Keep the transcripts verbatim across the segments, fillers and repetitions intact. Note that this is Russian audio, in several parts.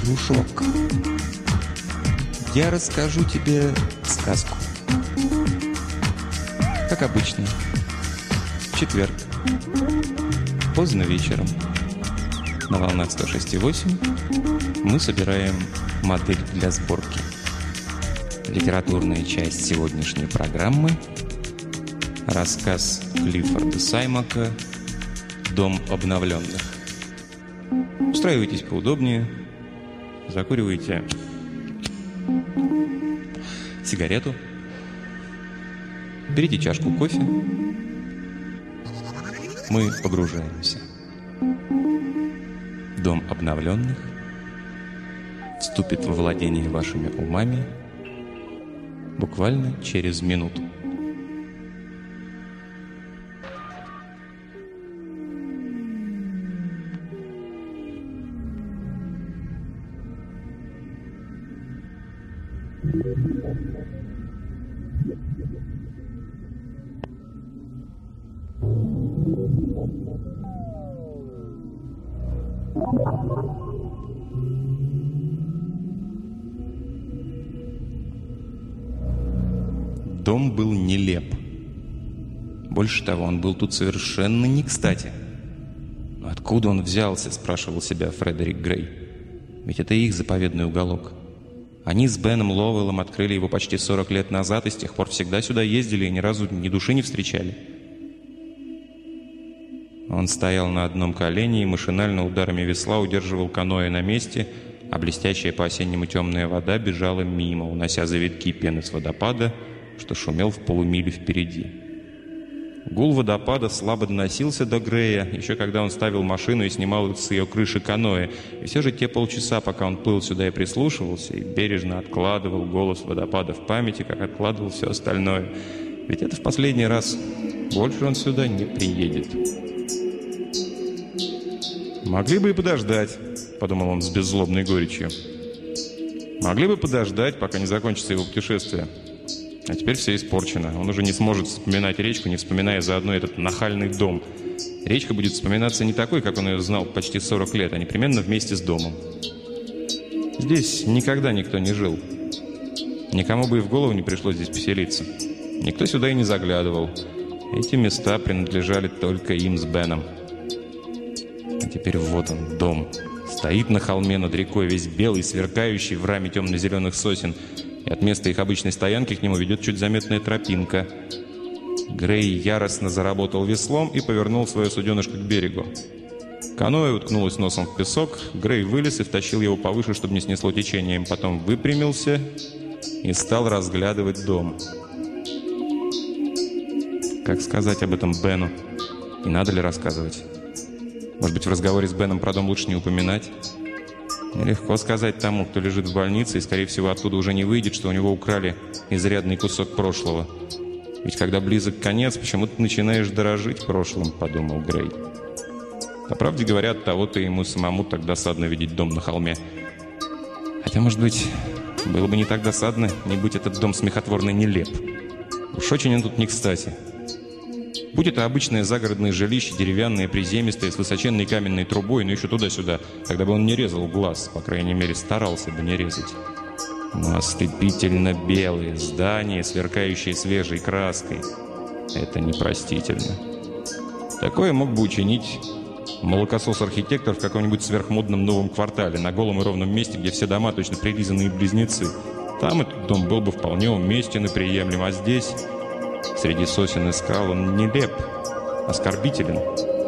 дружок, я расскажу тебе сказку. Как обычно, в четверг, поздно вечером, на волнах сто шесть и восемь мы собираем модель для сборки. Литературная часть сегодняшней программы – рассказ Клиффорда Саймака «Дом обновленных». Устраивайтесь поудобнее, закуривайте сигарету, берите чашку кофе. Мы погружаемся. Дом обновленных вступит во владение вашими умами буквально через минуту. Дом был нелеп. Больше того, он был тут совершенно не кстати. Но откуда он взялся, спрашивал себя Фредерик Грей. Ведь это их заповедный уголок. Они с Беном Ловеллом открыли его почти сорок лет назад и с тех пор всегда сюда ездили и ни разу ни души не встречали. Он стоял на одном колене и машинально ударами весла удерживал каноэ на месте, а блестящая по-осеннему темная вода бежала мимо, унося завитки пены с водопада, что шумел в полумиле впереди. Гул водопада слабо доносился до Грея, еще когда он ставил машину и снимал с ее крыши каноэ. И все же те полчаса, пока он плыл сюда и прислушивался, и бережно откладывал голос водопада в памяти, как откладывал все остальное. Ведь это в последний раз. Больше он сюда не приедет. «Могли бы и подождать», — подумал он с беззлобной горечью. «Могли бы подождать, пока не закончится его путешествие. А теперь все испорчено. Он уже не сможет вспоминать речку, не вспоминая заодно этот нахальный дом. Речка будет вспоминаться не такой, как он ее знал почти сорок лет, а непременно вместе с домом. Здесь никогда никто не жил. Никому бы и в голову не пришлось здесь поселиться. Никто сюда и не заглядывал. Эти места принадлежали только им с Беном. А теперь вот он, дом. Стоит на холме над рекой, весь белый, сверкающий в раме темно-зеленых сосен. И от места их обычной стоянки к нему ведет чуть заметная тропинка. Грей яростно заработал веслом и повернул свое суденышко к берегу. Каноэ уткнулось носом в песок, Грей вылез и втащил его повыше, чтобы не снесло течением. Потом выпрямился и стал разглядывать дом. Как сказать об этом Бену? И надо ли рассказывать? Может быть, в разговоре с Беном про дом лучше не упоминать? Нелегко сказать тому, кто лежит в больнице и, скорее всего, оттуда уже не выйдет, что у него украли изрядный кусок прошлого. Ведь когда близок конец, почему-то начинаешь дорожить прошлым, подумал Грей. По правде говоря, от того-то ему самому так досадно видеть дом на холме. Хотя, может быть, было бы не так досадно, не будь этот дом смехотворно нелеп. Уж очень он тут не кстати. Будь это обычное загородное жилище, деревянное, приземистое, с высоченной каменной трубой, но еще туда-сюда, тогда бы он не резал глаз, по крайней мере, старался бы не резать. Но ослепительно белые здания, сверкающие свежей краской, это непростительно. Такое мог бы учинить молокосос-архитектор в каком-нибудь сверхмодном новом квартале, на голом и ровном месте, где все дома точно прилизанные близнецы. Там этот дом был бы вполне уместен и приемлем, а здесь... Среди сосен и скал он нелеп, оскорбителен.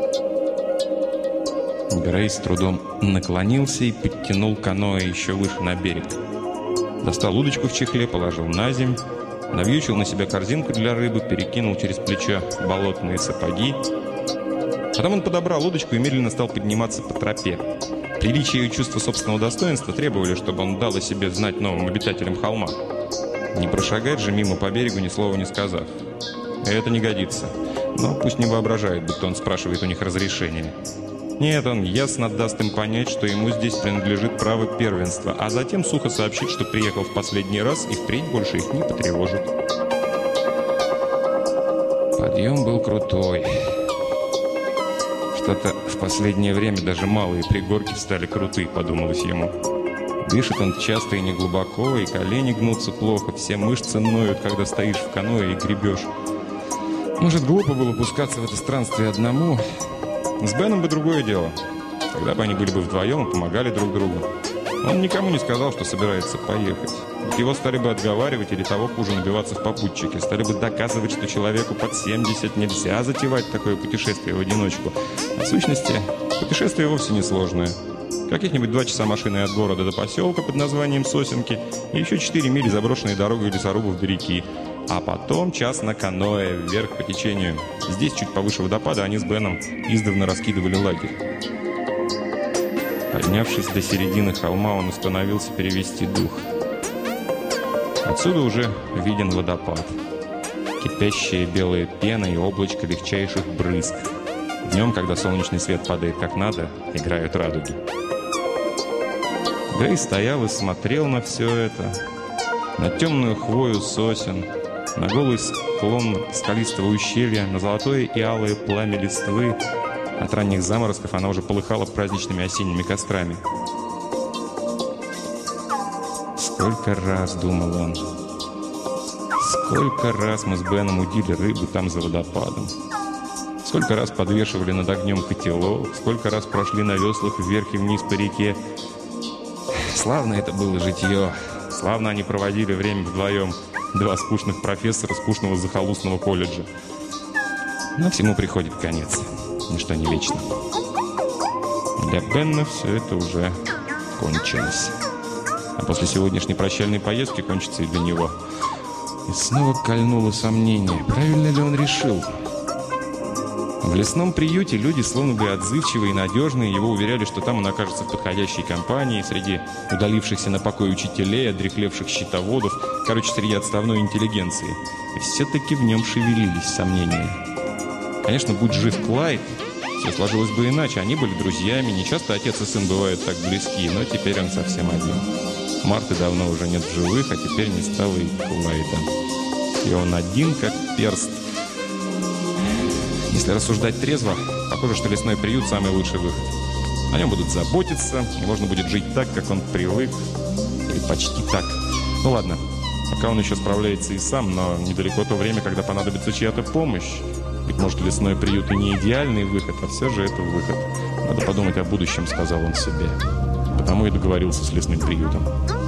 Грей с трудом наклонился и подтянул каноэ еще выше на берег. Достал удочку в чехле, положил на земь, навьючил на себя корзинку для рыбы, перекинул через плечо болотные сапоги. Потом он подобрал удочку и медленно стал подниматься по тропе. Приличие и чувство собственного достоинства требовали, чтобы он дал о себе знать новым обитателям холма. Не прошагать же мимо по берегу, ни слова не сказав. Это не годится. Но пусть не воображает, будто он спрашивает у них разрешения. Нет, он ясно даст им понять, что ему здесь принадлежит право первенства, а затем сухо сообщит, что приехал в последний раз и впредь больше их не потревожит. Подъем был крутой. Что-то в последнее время даже малые пригорки стали крутые, подумалось ему. Дышит он часто и неглубоко, и колени гнутся плохо, все мышцы ноют, когда стоишь в каноэ и гребешь. Может, глупо было пускаться в это странствие одному. С Беном бы другое дело. Тогда бы они были бы вдвоем и помогали друг другу. Он никому не сказал, что собирается поехать. Его стали бы отговаривать или того хуже набиваться в попутчики. Стали бы доказывать, что человеку под семьдесят нельзя затевать такое путешествие в одиночку. А в сущности, путешествие вовсе не сложное. Каких-нибудь два часа машиной от города до поселка под названием Сосенки и еще четыре мили заброшенной дорогой лесорубов до реки. А потом час на каноэ вверх по течению. Здесь, чуть повыше водопада, они с Беном издавна раскидывали лагерь. Поднявшись до середины холма, он остановился перевести дух. Отсюда уже виден водопад. Кипящая белая пена и облачко легчайших брызг. Днем, когда солнечный свет падает как надо, играют радуги. Грей стоял и смотрел на все это. На темную хвою сосен, на голый склон скалистого ущелья, на золотое и алое пламя листвы. От ранних заморозков она уже полыхала праздничными осенними кострами. Сколько раз, думал он, сколько раз мы с Беном удили рыбу там за водопадом. Сколько раз подвешивали над огнем котелок, сколько раз прошли на веслах вверх и вниз по реке. Славно это было житье. Славно они проводили время вдвоем. Два скучных профессора скучного захолустного колледжа. Но всему приходит конец. Ничто не вечно. Для Бена все это уже кончилось. А после сегодняшней прощальной поездки кончится и для него. И снова кольнуло сомнение. Правильно ли он решил? В лесном приюте люди словно бы отзывчивые и надежные. Его уверяли, что там он окажется в подходящей компании, среди удалившихся на покой учителей, одряхлевших счетоводов, короче, среди отставной интеллигенции. И все-таки в нем шевелились сомнения. Конечно, будь жив Клайд, все сложилось бы иначе. Они были друзьями, не часто отец и сын бывают так близки, но теперь он совсем один. Марты давно уже нет в живых, а теперь не стало и Клайда. И он один, как перст. Если рассуждать трезво, похоже, что лесной приют – самый лучший выход. О нем будут заботиться, и можно будет жить так, как он привык. Или почти так. Ну ладно, пока он еще справляется и сам, но недалеко то время, когда понадобится чья-то помощь. Ведь, может, лесной приют и не идеальный выход, а все же это выход. Надо подумать о будущем, сказал он себе. Потому и договорился с лесным приютом.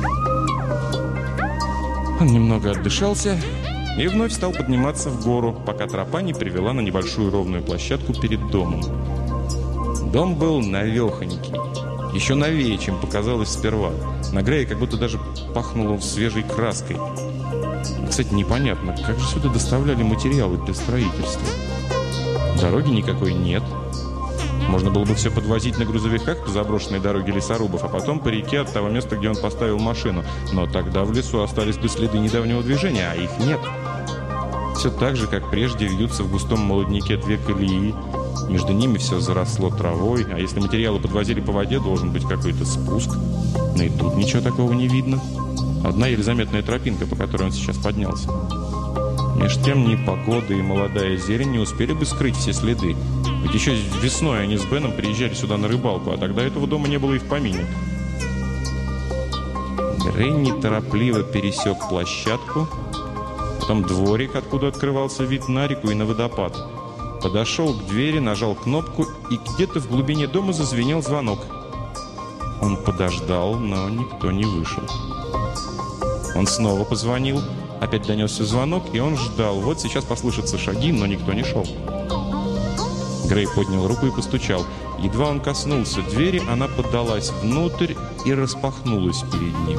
Он немного отдышался и вновь стал подниматься в гору, пока тропа не привела на небольшую ровную площадку перед домом. Дом был навехонький, еще новее, чем показалось сперва. На Грея как будто даже пахнуло свежей краской. Кстати, непонятно, как же сюда доставляли материалы для строительства? Дороги никакой нет. Можно было бы все подвозить на грузовиках по заброшенной дороге лесорубов, а потом по реке от того места, где он поставил машину. Но тогда в лесу остались бы следы недавнего движения, а их нет. Все так же, как прежде, вьются в густом молодняке две колеи. Между ними все заросло травой, а если материалы подвозили по воде, должен быть какой-то спуск. Но и тут ничего такого не видно. Одна еле заметная тропинка, по которой он сейчас поднялся. Меж тем ни погода и молодая зелень не успели бы скрыть все следы. Ведь еще весной они с Беном приезжали сюда на рыбалку, а тогда этого дома не было и в помине. Грей неторопливо пересек площадку, потом дворик, откуда открывался вид на реку и на водопад. Подошел к двери, нажал кнопку, и где-то в глубине дома зазвенел звонок. Он подождал, но никто не вышел. Он снова позвонил, опять донесся звонок, и он ждал. Вот сейчас послышатся шаги, но никто не шел. Грей поднял руку и постучал. Едва он коснулся двери, она поддалась внутрь и распахнулась перед ним.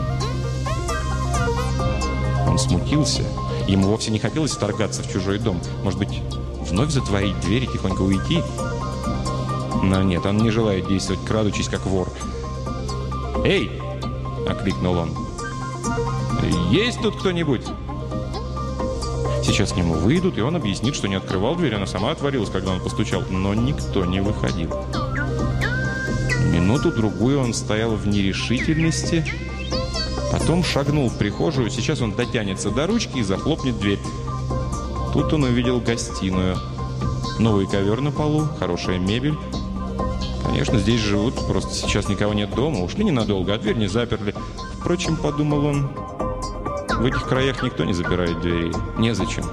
Он смутился. Ему вовсе не хотелось вторгаться в чужой дом. Может быть, вновь затворить дверь и тихонько уйти? Но нет, он не желает действовать, крадучись, как вор. «Эй!» — окликнул он. «Есть тут кто-нибудь?» Сейчас к нему выйдут, и он объяснит, что не открывал дверь, она сама отворилась, когда он постучал. Но никто не выходил. Минуту-другую он стоял в нерешительности, потом шагнул в прихожую. Сейчас он дотянется до ручки и захлопнет дверь. Тут он увидел гостиную. Новый ковер на полу, хорошая мебель. Конечно, здесь живут, просто сейчас никого нет дома. Ушли ненадолго, а дверь не заперли. Впрочем, подумал он, в этих краях никто не запирает двери. Незачем.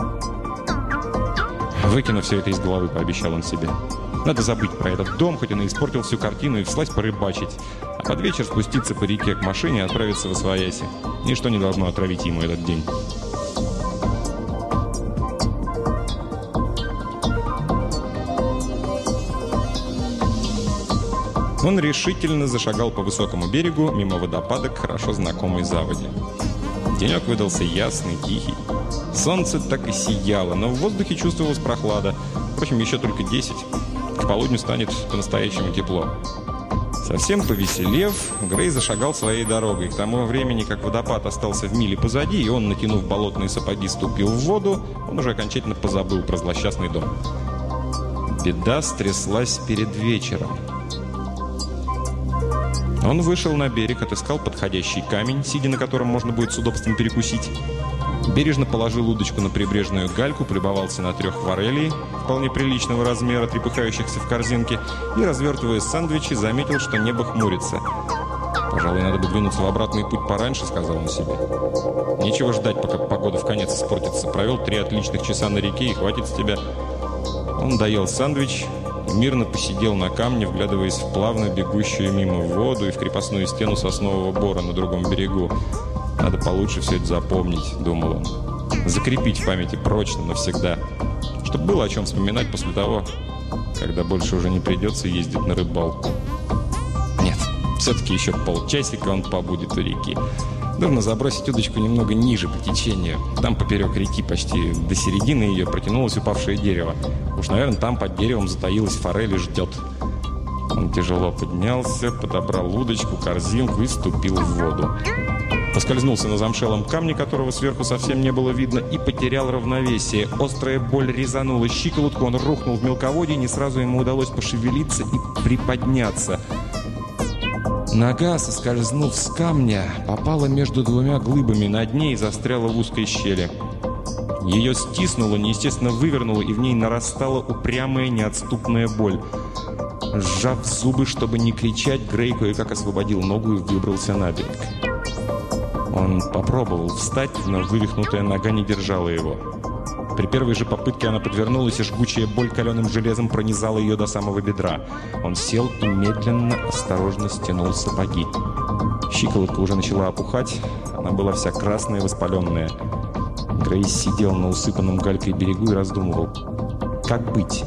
Выкину все это из головы, пообещал он себе. Надо забыть про этот дом, хоть он и испортил всю картину, и вслазь порыбачить. А под вечер спуститься по реке к машине и отправиться в Освояси. Ничто не должно отравить ему этот день. Он решительно зашагал по высокому берегу, мимо водопада к хорошо знакомой заводе. Денек выдался ясный, тихий. Солнце так и сияло, но в воздухе чувствовалась прохлада. Впрочем, еще только десять. К полудню станет по-настоящему тепло. Совсем повеселев, Грей зашагал своей дорогой. К тому времени, как водопад остался в миле позади, и он, натянув болотные сапоги, ступил в воду, он уже окончательно позабыл про злосчастный дом. Беда стряслась перед вечером. Он вышел на берег, отыскал подходящий камень, сидя на котором можно будет с удобством перекусить. Бережно положил удочку на прибрежную гальку, полюбовался на трех форелей вполне приличного размера, трепыхающихся в корзинке, и, развертывая сэндвичи, заметил, что небо хмурится. «Пожалуй, надо бы двинуться в обратный путь пораньше», — сказал он себе. «Нечего ждать, пока погода вконец испортится. Провел три отличных часа на реке, и хватит с тебя». Он доел сэндвич, мирно посидел на камне, вглядываясь в плавно бегущую мимо воду и в крепостную стену соснового бора на другом берегу. «Надо получше все это запомнить», — думал он. «Закрепить в памяти прочно, навсегда. Чтобы было о чем вспоминать после того, когда больше уже не придется ездить на рыбалку. Нет, все-таки еще полчасика он побудет у реки. Нужно забросить удочку немного ниже по течению. Там поперек реки, почти до середины ее, протянулось упавшее дерево. Уж, наверное, там под деревом затаилась форель и ждет». Он тяжело поднялся, подобрал удочку, корзинку и ступил в воду. Поскользнулся на замшелом камне, которого сверху совсем не было видно, и потерял равновесие. Острая боль резанула щиколотку, он рухнул в мелководье, и не сразу ему удалось пошевелиться и приподняться. Нога, соскользнув с камня, попала между двумя глыбами на дне и застряла в узкой щели. Ее стиснуло, неестественно вывернуло, и в ней нарастала упрямая, неотступная боль. Сжав зубы, чтобы не кричать, Грей кое-как освободил ногу и выбрался на берег. Он попробовал встать, но вывихнутая нога не держала его. При первой же попытке она подвернулась, и жгучая боль каленым железом пронизала ее до самого бедра. Он сел и медленно, осторожно стянул сапоги. Щиколотка уже начала опухать, она была вся красная и воспаленная. Грей сидел на усыпанном галькой берегу и раздумывал, как быть.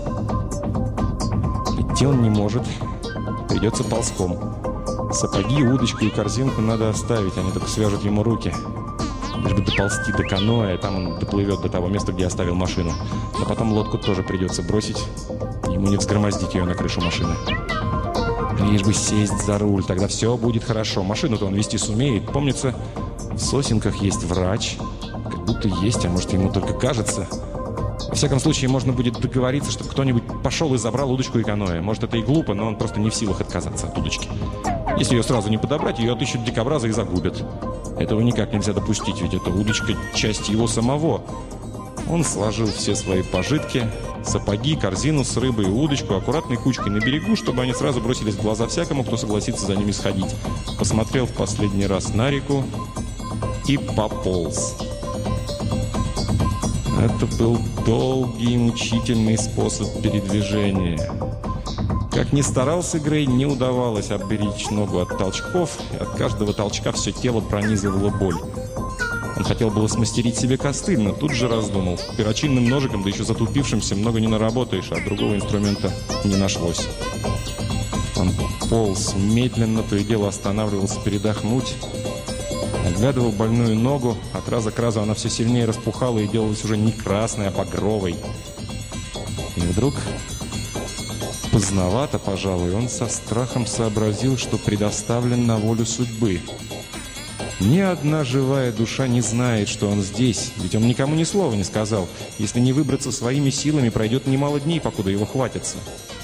Идти он не может, придется ползком. Сапоги, удочку и корзинку надо оставить, они только свяжут ему руки. Лишь бы доползти до каноэ, там он доплывет до того места, где оставил машину. Но потом лодку тоже придется бросить, ему не взгромоздить ее на крышу машины. Лишь бы сесть за руль, тогда все будет хорошо. Машину-то он вести сумеет. Помнится, в Сосенках есть врач. Как будто есть, а может, ему только кажется. Во всяком случае, можно будет договориться, чтобы кто-нибудь пошел и забрал удочку и каноэ. Может, это и глупо, но он просто не в силах отказаться от удочки. Если ее сразу не подобрать, ее отыщут дикобразы и загубят. Этого никак нельзя допустить, ведь эта удочка – часть его самого. Он сложил все свои пожитки, сапоги, корзину с рыбой и удочку аккуратной кучкой на берегу, чтобы они сразу бросились в глаза всякому, кто согласится за ними сходить. Посмотрел в последний раз на реку и пополз. Это был долгий и мучительный способ передвижения. Как ни старался Грей, не удавалось оберечь ногу от толчков, и от каждого толчка все тело пронизывало боль. Он хотел было смастерить себе костыль, но тут же раздумал. Перочинным ножиком, да еще затупившимся, много не наработаешь, а другого инструмента не нашлось. Он полз медленно, то и дело останавливался передохнуть, оглядывал больную ногу. От раза к разу она все сильнее распухала и делалась уже не красной, а багровой. И вдруг... Поздновато, пожалуй, он со страхом сообразил, что предоставлен на волю судьбы. Ни одна живая душа не знает, что он здесь, ведь он никому ни слова не сказал. Если не выбраться своими силами, пройдет немало дней, покуда его хватится.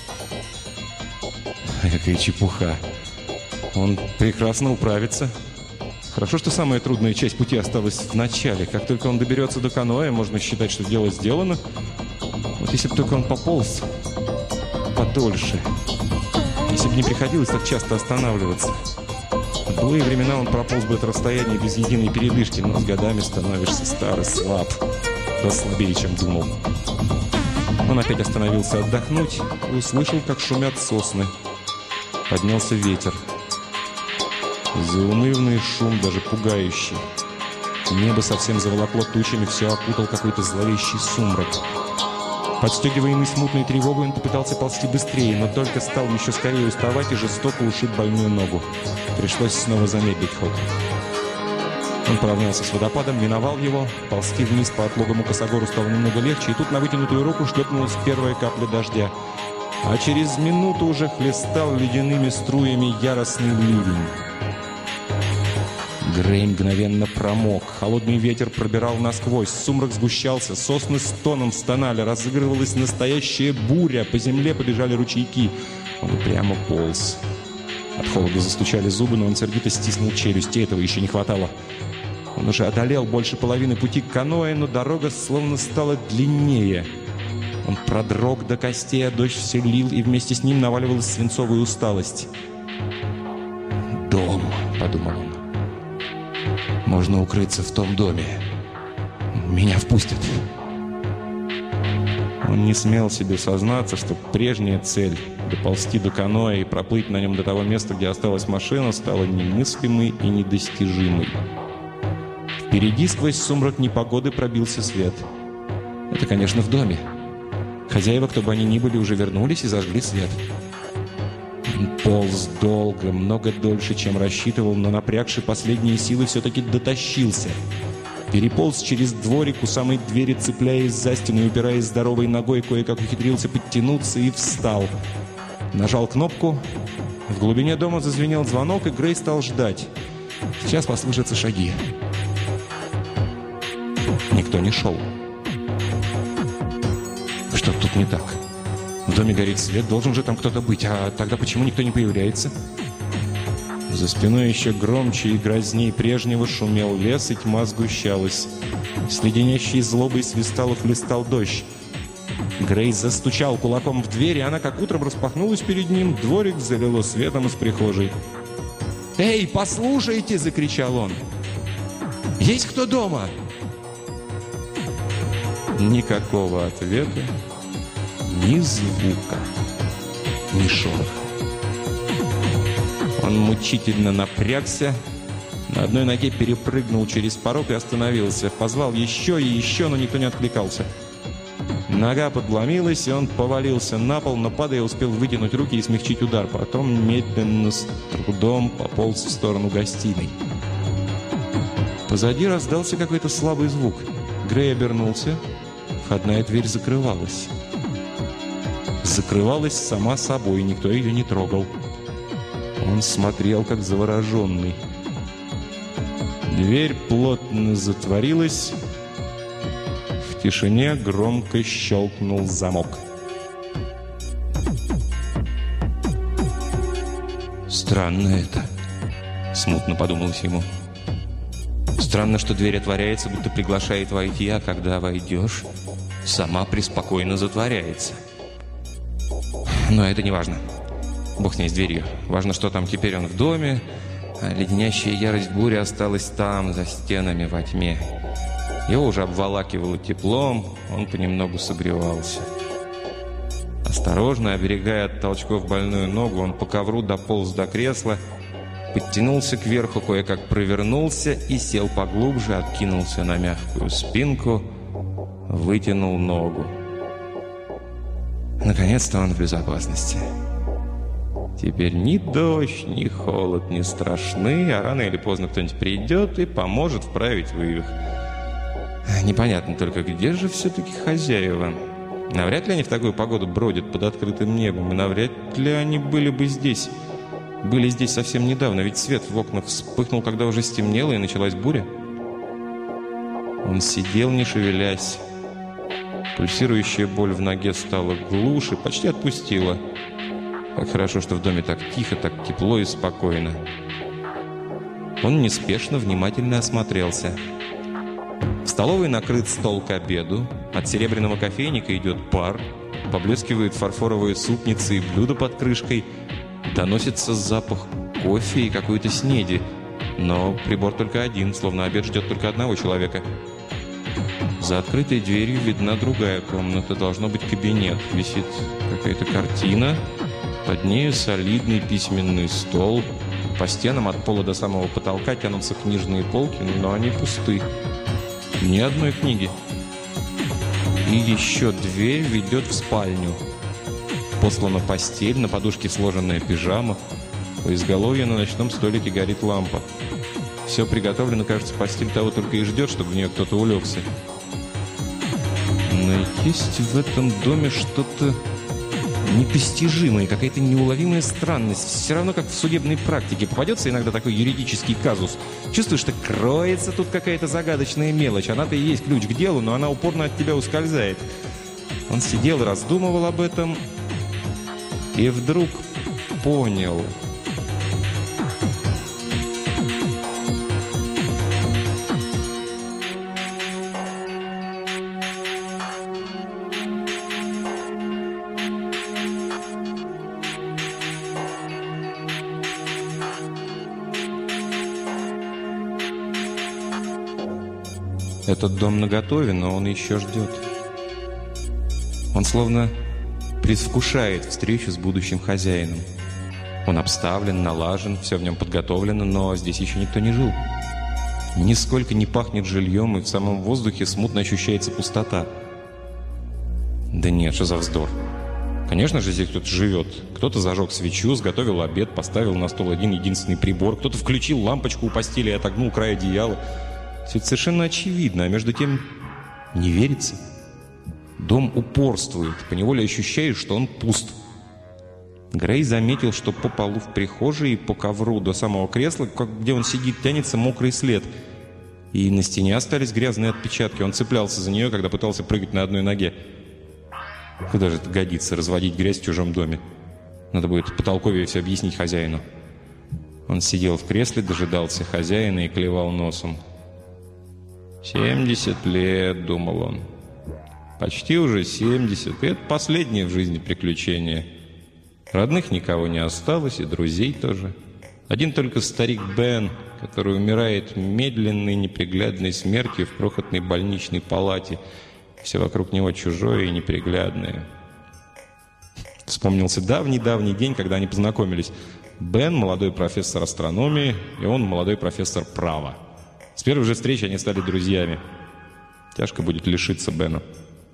Какая чепуха. Он прекрасно управится. Хорошо, что самая трудная часть пути осталась в начале. Как только он доберется до каноэ, можно считать, что дело сделано. Вот если бы только он пополз... подольше. Если бы не приходилось так часто останавливаться. В былые времена он прополз бы это расстояние без единой передышки, но с годами становишься стар и слаб. Да слабее, чем думал. Он опять остановился отдохнуть и услышал, как шумят сосны. Поднялся ветер. Заунывный шум, даже пугающий. Небо совсем заволокло тучами, все окутал какой-то зловещий сумрак. Подстегиваемый смутной тревогой, он попытался ползти быстрее, но только стал еще скорее уставать и жестоко ушиб больную ногу. Пришлось снова замедлить ход. Он поравнялся с водопадом, миновал его. Ползти вниз по отлогому косогору стало немного легче, и тут на вытянутую руку шлепнулась первая капля дождя. А через минуту уже хлестал ледяными струями яростный ливень. Грей мгновенно промок. Холодный ветер пробирал насквозь. Сумрак сгущался. Сосны с тоном стонали. Разыгрывалась настоящая буря. По земле побежали ручейки. Он прямо полз. От холода застучали зубы, но он сердито стиснул челюсть. Этого еще не хватало. Он уже одолел больше половины пути к каноэ, но дорога словно стала длиннее. Он продрог до костей, а дождь все лил, и вместе с ним наваливалась свинцовая усталость. «Дом», — подумал он. «Можно укрыться в том доме. Меня впустят». Он не смел себе сознаться, что прежняя цель — доползти до каноэ и проплыть на нем до того места, где осталась машина, стала немыслимой и недостижимой. Впереди сквозь сумрак непогоды пробился свет. Это, конечно, в доме. Хозяева, кто бы они ни были, уже вернулись и зажгли свет. Он полз долго, много дольше, чем рассчитывал, но, напрягши последние силы, все-таки дотащился. Переполз через дворик у самой двери, цепляясь за стену и упираясь здоровой ногой, кое-как ухитрился подтянуться и встал. Нажал кнопку. В глубине дома зазвенел звонок, и Грей стал ждать. Сейчас послышатся шаги. Никто не шел. Что тут не так? В доме горит свет, должен же там кто-то быть. А тогда почему никто не появляется? За спиной еще громче и грозней прежнего шумел лес, и тьма сгущалась. С леденящей злобой свистал и хлестал дождь. Грей застучал кулаком в дверь, и она как утром распахнулась перед ним. Дворик залило светом из прихожей. «Эй, послушайте!» — закричал он. «Есть кто дома?» Никакого ответа, ни звука, ни шороха. Он мучительно напрягся, на одной ноге перепрыгнул через порог и остановился. Позвал еще и еще, но никто не откликался. Нога подломилась, и он повалился на пол, но, падая, успел вытянуть руки и смягчить удар. Потом медленно, с трудом пополз в сторону гостиной. Позади раздался какой-то слабый звук. Грей обернулся. Входная дверь закрывалась. Закрывалась сама собой, никто ее не трогал. Он смотрел, как завороженный. Дверь плотно затворилась. В тишине громко щелкнул замок. «Странно это», — смутно подумалось ему. «Странно, что дверь отворяется, будто приглашает войти, а когда войдешь, сама преспокойно затворяется. Но это не важно. Бог с ней, с дверью. Важно, что там теперь он в доме, а леденящая ярость бури осталась там, за стенами, во тьме. Его уже обволакивало теплом, он понемногу согревался. Осторожно, оберегая от толчков больную ногу, он по ковру дополз до кресла, подтянулся кверху, кое-как провернулся и сел поглубже, откинулся на мягкую спинку, вытянул ногу. Наконец-то он в безопасности. Теперь ни дождь, ни холод не страшны, а рано или поздно кто-нибудь придет и поможет вправить вывих. Непонятно только, где же все-таки хозяева? Навряд ли они в такую погоду бродят под открытым небом, и навряд ли они были бы здесь. Были здесь совсем недавно, ведь свет в окнах вспыхнул, когда уже стемнело и началась буря. Он сидел, не шевелясь. Пульсирующая боль в ноге стала глуше, почти отпустила. Как хорошо, что в доме так тихо, так тепло и спокойно. Он неспешно, внимательно осмотрелся. В столовой накрыт стол к обеду. От серебряного кофейника идет пар. Поблескивают фарфоровые супницы и блюда под крышкой. Доносится запах кофе и какой-то снеди. Но прибор только один, словно обед ждет только одного человека. За открытой дверью видна другая комната. Должно быть кабинет. Висит какая-то картина. Под нею солидный письменный стол. По стенам от пола до самого потолка тянутся книжные полки, но они пусты. Ни одной книги. И еще дверь ведет в спальню. Послана постель, на подушке сложенная пижама. У изголовья на ночном столике горит лампа. Все приготовлено, кажется, постель того только и ждет, чтобы в нее кто-то улегся. Но есть в этом доме что-то непостижимое, какая-то неуловимая странность. Все равно, как в судебной практике. Попадется иногда такой юридический казус. Чувствуешь, что кроется тут какая-то загадочная мелочь. Она-то и есть ключ к делу, но она упорно от тебя ускользает. Он сидел, раздумывал об этом и вдруг понял. Этот дом наготове, но он еще ждет. Он словно предвкушает встречу с будущим хозяином. Он обставлен, налажен, все в нем подготовлено, но здесь еще никто не жил. Нисколько не пахнет жильем, и в самом воздухе смутно ощущается пустота. Да нет, что за вздор. Конечно же, здесь кто-то живет. Кто-то зажег свечу, сготовил обед, поставил на стол один единственный прибор, кто-то включил лампочку у постели и отогнул край одеяла. Все это совершенно очевидно, а между тем не верится. Дом упорствует, поневоле ощущаешь, что он пуст. Грей заметил, что по полу в прихожей и по ковру до самого кресла, где он сидит, тянется мокрый след. И на стене остались грязные отпечатки. Он цеплялся за нее, когда пытался прыгать на одной ноге. Куда же это годится, разводить грязь в чужом доме? Надо будет потолковее все объяснить хозяину. Он сидел в кресле, дожидался хозяина и клевал носом. «Семьдесят лет», — думал он. «Почти уже семьдесят. И это последнее в жизни приключение. Родных никого не осталось, и друзей тоже. Один только старик Бен, который умирает медленной, неприглядной смертью в крохотной больничной палате. Все вокруг него чужое и неприглядное». Вспомнился давний-давний день, когда они познакомились. Бен — молодой профессор астрономии, и он — молодой профессор права. С первой же встречи они стали друзьями. Тяжко будет лишиться Бена.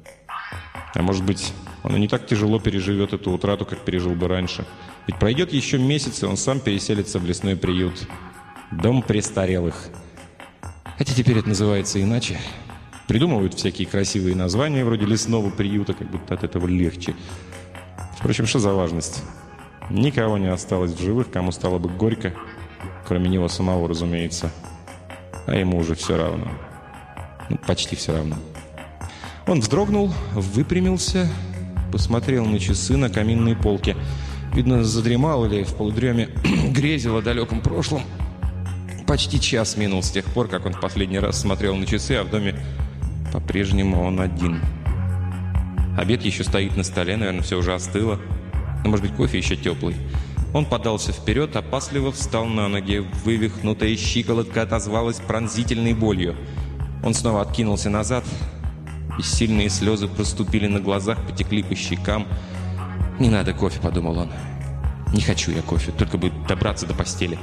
А может быть, он и не так тяжело переживет эту утрату, как пережил бы раньше. Ведь пройдет еще месяц, и он сам переселится в лесной приют. Дом престарелых. Хотя теперь это называется иначе. Придумывают всякие красивые названия, вроде лесного приюта, как будто от этого легче. Впрочем, что за важность? Никого не осталось в живых, кому стало бы горько, кроме него самого, разумеется. А ему уже все равно. Ну, почти все равно. Он вздрогнул, выпрямился, посмотрел на часы на каминной полке. Видно, задремал или в полудреме грезил о далеком прошлом. Почти час минул с тех пор, как он в последний раз смотрел на часы, а в доме по-прежнему он один. Обед еще стоит на столе, наверное, все уже остыло. Но, может быть, кофе еще теплый. Он подался вперед, опасливо встал на ноги. Вывихнутая щиколотка отозвалась пронзительной болью. Он снова откинулся назад. Бессильные слезы проступили на глазах, потекли по щекам. «Не надо кофе», — подумал он. «Не хочу я кофе, только бы добраться до постели».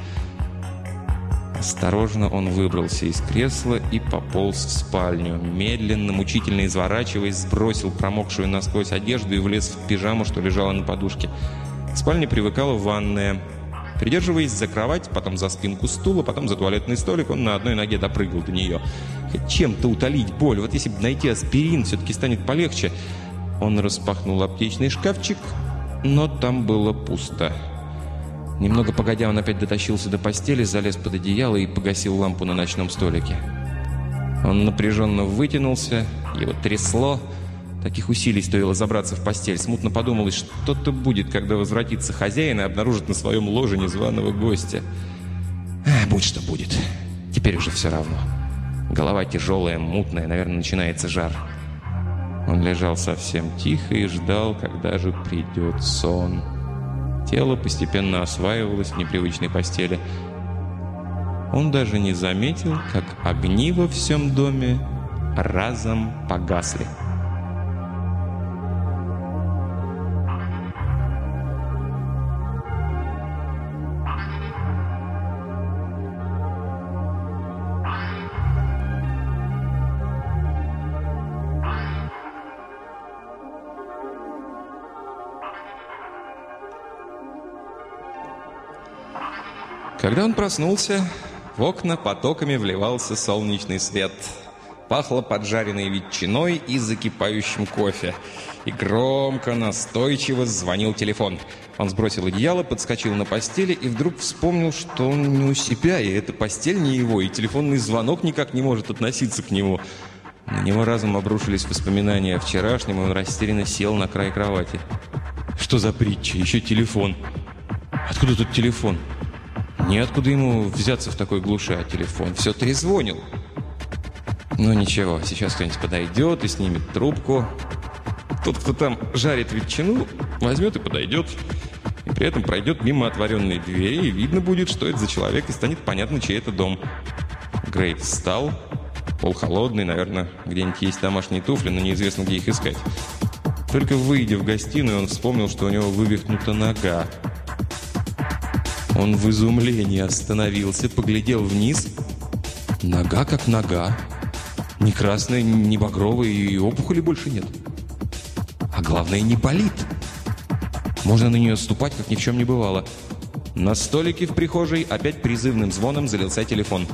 Осторожно он выбрался из кресла и пополз в спальню. Медленно, мучительно изворачиваясь, сбросил промокшую насквозь одежду и влез в пижаму, что лежала на подушке. К спальне привыкала ванная. Придерживаясь за кровать, потом за спинку стула, потом за туалетный столик, он на одной ноге допрыгал до нее. Хоть чем-то утолить боль. Вот если бы найти аспирин, все-таки станет полегче. Он распахнул аптечный шкафчик, но там было пусто. Немного погодя, он опять дотащился до постели, залез под одеяло и погасил лампу на ночном столике. Он напряженно вытянулся, его трясло. Таких усилий стоило забраться в постель. Смутно подумалось, что-то будет, когда возвратится хозяин и обнаружит на своем ложе незваного гостя. А, будь что будет. Теперь уже все равно. Голова тяжелая, мутная, наверное, начинается жар. Он лежал совсем тихо и ждал, когда же придет сон. Тело постепенно осваивалось в непривычной постели. Он даже не заметил, как огни во всем доме разом погасли. Когда он проснулся, в окна потоками вливался солнечный свет. Пахло поджаренной ветчиной и закипающим кофе. И громко, настойчиво звонил телефон. Он сбросил одеяло, подскочил на постели и вдруг вспомнил, что он не у себя, и эта постель не его, и телефонный звонок никак не может относиться к нему. На него разом обрушились воспоминания о вчерашнем, и он растерянно сел на край кровати. Что за притча? Еще телефон. Откуда тут телефон? Неоткуда ему взяться в такой глуши, а телефон все трезвонил. Ну ничего, сейчас кто-нибудь подойдет и снимет трубку. Тот, кто там жарит ветчину, возьмет и подойдет. И при этом пройдет мимо отворенной двери, и видно будет, что это за человек, и станет понятно, чей это дом. Грей встал. Пол холодный, наверное, где-нибудь есть домашние туфли, но неизвестно, где их искать. Только выйдя в гостиную, он вспомнил, что у него вывихнута нога. Он в изумлении остановился, поглядел вниз. Нога как нога. Ни красная, ни багровая, и опухоли больше нет. А главное, не болит. Можно на нее ступать, как ни в чем не бывало. На столике в прихожей опять призывным звоном залился телефон.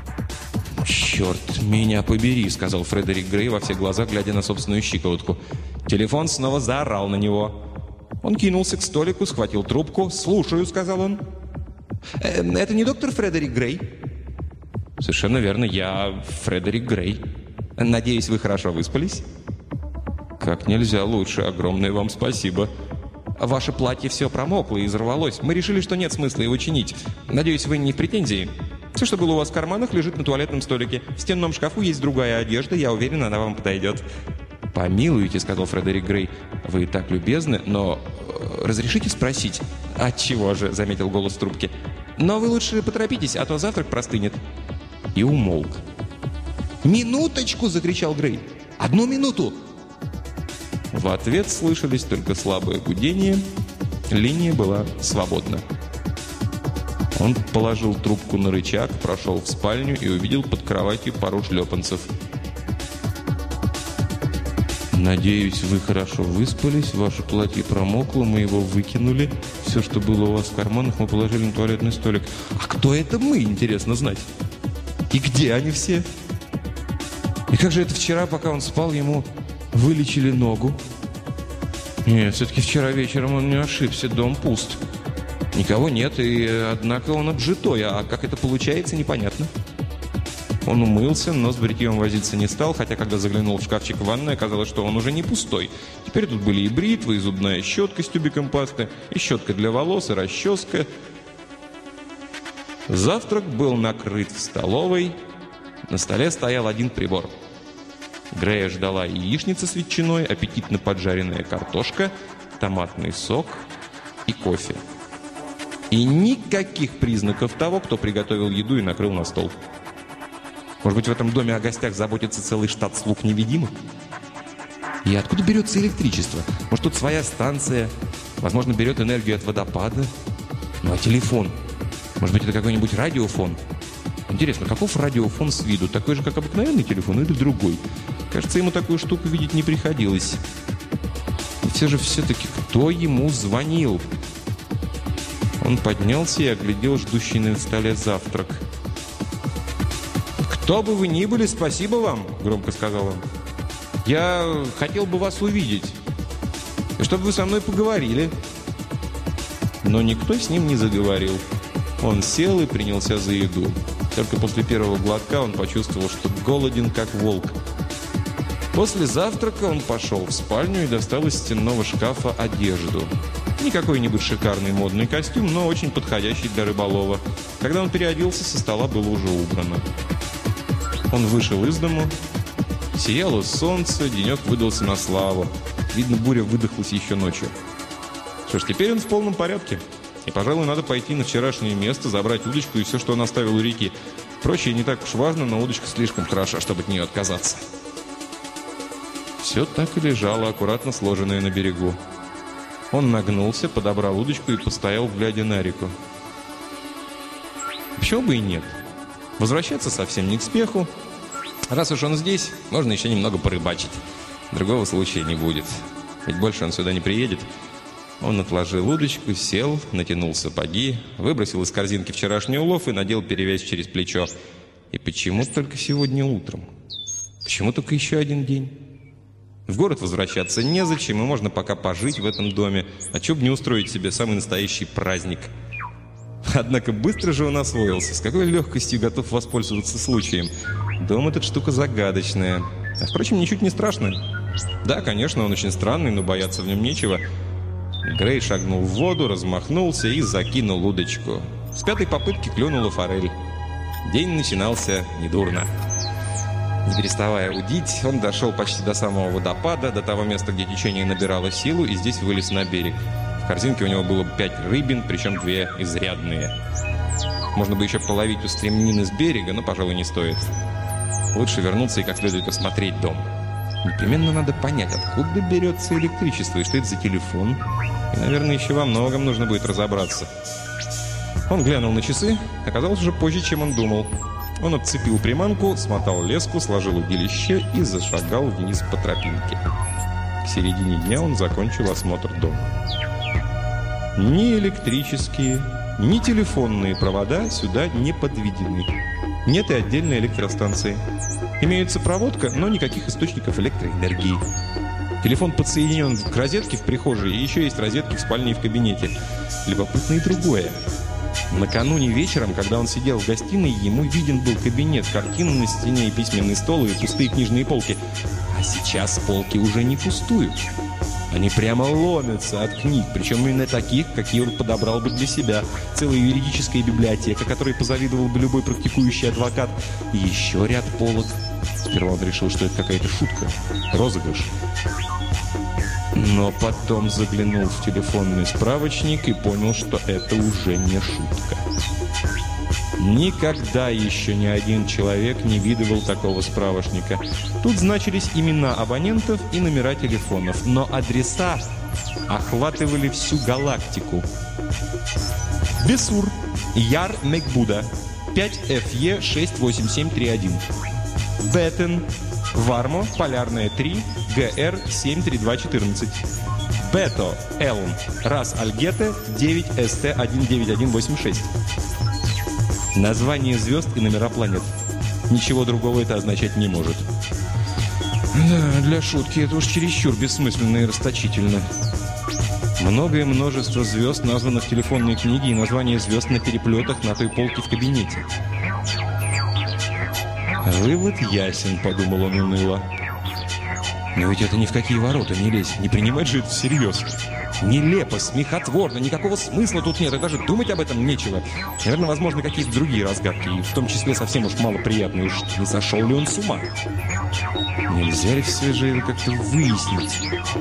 «Черт меня побери», — сказал Фредерик Грей во все глаза, глядя на собственную щиколотку. Телефон снова заорал на него. Он кинулся к столику, схватил трубку. «Слушаю», — сказал он. «Э, «Это не доктор Фредерик Грей?» «Совершенно верно, я Фредерик Грей. Надеюсь, вы хорошо выспались?» «Как нельзя лучше. Огромное вам спасибо. Ваше платье все промокло и изорвалось. Мы решили, что нет смысла его чинить. Надеюсь, вы не в претензии? Все, что было у вас в карманах, лежит на туалетном столике. В стенном шкафу есть другая одежда. Я уверен, она вам подойдет». «Помилуйте», — сказал Фредерик Грей. «Вы так любезны, но разрешите спросить?» «Отчего же?» — заметил голос трубки. «Но вы лучше поторопитесь, а то завтрак простынет». И умолк. «Минуточку!» — закричал Грей. «Одну минуту!» В ответ слышались только слабое гудение. Линия была свободна. Он положил трубку на рычаг, прошел в спальню и увидел под кроватью пару шлепанцев. «Надеюсь, вы хорошо выспались, ваше платье промокло, мы его выкинули. Все, что было у вас в карманах, мы положили на туалетный столик». «А кто это мы, интересно знать? И где они все? И как же это вчера, пока он спал, ему вылечили ногу?» «Нет, все-таки вчера вечером он не ошибся, дом пуст. Никого нет, и однако он обжитой, а как это получается, непонятно». Он умылся, но с бритьем возиться не стал, хотя когда заглянул в шкафчик в ванной, оказалось, что он уже не пустой. Теперь тут были и бритва, и зубная щетка с тюбиком пасты, и щетка для волос, и расческа. Завтрак был накрыт в столовой. На столе стоял один прибор. Грея ждала яичница с ветчиной, аппетитно поджаренная картошка, томатный сок и кофе. И никаких признаков того, кто приготовил еду и накрыл на стол. Может быть, в этом доме о гостях заботится целый штат слуг-невидимых? И откуда берется электричество? Может, тут своя станция? Возможно, берет энергию от водопада? Ну, а телефон? Может быть, это какой-нибудь радиофон? Интересно, каков радиофон с виду? Такой же, как обыкновенный телефон, или другой? Кажется, ему такую штуку видеть не приходилось. И все же, все-таки, кто ему звонил? Он поднялся и оглядел ждущий на столе завтрак. «Кто бы вы ни были, спасибо вам», — громко сказал он. «Я хотел бы вас увидеть, и чтобы вы со мной поговорили». Но никто с ним не заговорил. Он сел и принялся за еду. Только после первого глотка он почувствовал, что голоден, как волк. После завтрака он пошел в спальню и достал из стенного шкафа одежду. Не какой-нибудь шикарный модный костюм, но очень подходящий для рыболова. Когда он переоделся, со стола было уже убрано. Он вышел из дому. Сияло солнце, денек выдался на славу. Видно, буря выдохлась еще ночью. Что ж, теперь он в полном порядке. И, пожалуй, надо пойти на вчерашнее место, забрать удочку и все, что он оставил у реки. Прочее не так уж важно, но удочка слишком хороша, чтобы от нее отказаться. Все так и лежало, аккуратно сложенное на берегу. Он нагнулся, подобрал удочку и постоял, глядя на реку. Почему бы и нет? Возвращаться совсем не к спеху. Раз уж он здесь, можно еще немного порыбачить. Другого случая не будет. Ведь больше он сюда не приедет. Он отложил удочку, сел, натянул сапоги, выбросил из корзинки вчерашний улов и надел перевязь через плечо. И почему только сегодня утром? Почему только еще один день? В город возвращаться незачем, и можно пока пожить в этом доме. А чё бы не устроить себе самый настоящий праздник? Однако быстро же он освоился. С какой легкостью готов воспользоваться случаем. Дом — эта штука загадочная. А, впрочем, ничуть не страшно. Да, конечно, он очень странный, но бояться в нем нечего. Грей шагнул в воду, размахнулся и закинул удочку. С пятой попытки клюнула форель. День начинался недурно. Не переставая удить, он дошел почти до самого водопада, до того места, где течение набирало силу, и здесь вылез на берег. В корзинке у него было пять рыбин, причем две изрядные. Можно бы еще половить у стремнины с берега, но, пожалуй, не стоит. Лучше вернуться и как следует осмотреть дом. Непременно надо понять, откуда берется электричество и что это за телефон. И, наверное, еще во многом нужно будет разобраться. Он глянул на часы. Оказалось уже позже, чем он думал. Он отцепил приманку, смотал леску, сложил удилище и зашагал вниз по тропинке. К середине дня он закончил осмотр дома. Ни электрические, ни телефонные провода сюда не подведены. Нет и отдельной электростанции. Имеется проводка, но никаких источников электроэнергии. Телефон подсоединен к розетке в прихожей, и еще есть розетки в спальне и в кабинете. Любопытно и другое. Накануне вечером, когда он сидел в гостиной, ему виден был кабинет, картины на стене и письменный стол, и пустые книжные полки. А сейчас полки уже не пустуют. Они прямо ломятся от книг, причем именно таких, какие он подобрал бы для себя. Целая юридическая библиотека, которой позавидовал бы любой практикующий адвокат. И еще ряд полок. Сперва он решил, что это какая-то шутка, розыгрыш. Но потом заглянул в телефонный справочник и понял, что это уже не шутка. Никогда еще ни один человек не видывал такого справочника. Тут значились имена абонентов и номера телефонов, но адреса охватывали всю галактику. Бесур, Яр Мекбуда, пять эф е шесть восемь семь три один. Беттен, Вармо, Полярная три, гэ эр семь три два четырнадцать. Бето, Элм, Рас Альгете, девять эс тэ один девять один восемь шесть. Название звезд и номера планет. Ничего другого это означать не может. Да, для шутки это уж чересчур бессмысленно и расточительно. Многое множество звезд названо в телефонной книге и название звезд на переплетах на той полке в кабинете. «Вывод ясен», — подумал он уныло. «Но ведь это ни в какие ворота не лезет, не принимать же это всерьез. Нелепо, смехотворно, никакого смысла тут нет, и даже думать об этом нечего. Наверное, возможны какие-то другие разгадки, и в том числе совсем уж малоприятные. Уж не сошел ли он с ума? Нельзя ли все же это как-то выяснить?»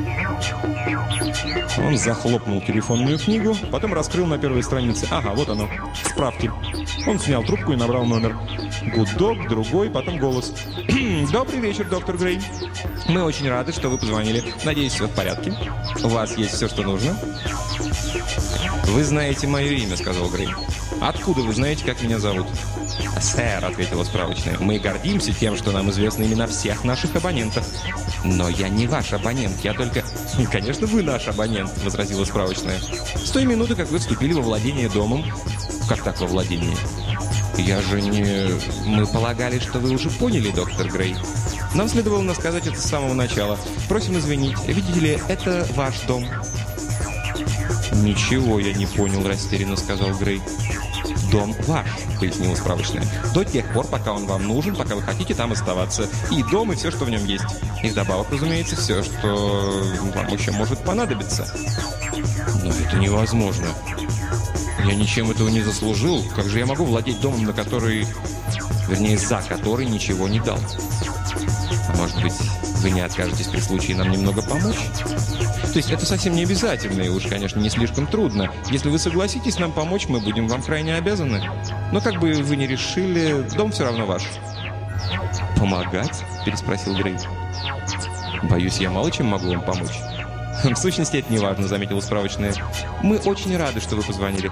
Он захлопнул телефонную книгу, потом раскрыл на первой странице. Ага, вот оно, справки. Он снял трубку и набрал номер. Гудок, другой, потом голос. «Добрый вечер, доктор Грей. Мы очень рады, что вы позвонили. Надеюсь, все в порядке. У вас есть все, что нужно?» «Вы знаете мое имя», — сказал Грей. «Откуда вы знаете, как меня зовут?» «Сэр», — ответила справочная, — «мы гордимся тем, что нам известны имена всех наших абонентов». «Но я не ваш абонент, я только...» «Конечно, вы наш абонент», — возразила справочная. «С той минуты, как вы вступили во владение домом». «Как так во владение?» «Я же не...» «Мы полагали, что вы уже поняли, доктор Грей. Нам следовало сказать это с самого начала. Просим извинить. Видите ли, это ваш дом». «Ничего я не понял», — растерянно сказал Грей. «Дом ваш», — пояснила справочная. «До тех пор, пока он вам нужен, пока вы хотите там оставаться. И дом, и все, что в нем есть. И вдобавок, разумеется, все, что вам еще может понадобиться». «Но это невозможно. Я ничем этого не заслужил. Как же я могу владеть домом, на который... Вернее, за который ничего не дал? А может быть, Вы не откажетесь при случае нам немного помочь? То есть это совсем не обязательно, и уж, конечно, не слишком трудно. Если вы согласитесь нам помочь, мы будем вам крайне обязаны. Но как бы вы ни решили, дом все равно ваш. «Помогать?» – переспросил Грей. «Боюсь, я мало чем могу вам помочь». «В сущности, это не важно», – заметила справочная. «Мы очень рады, что вы позвонили».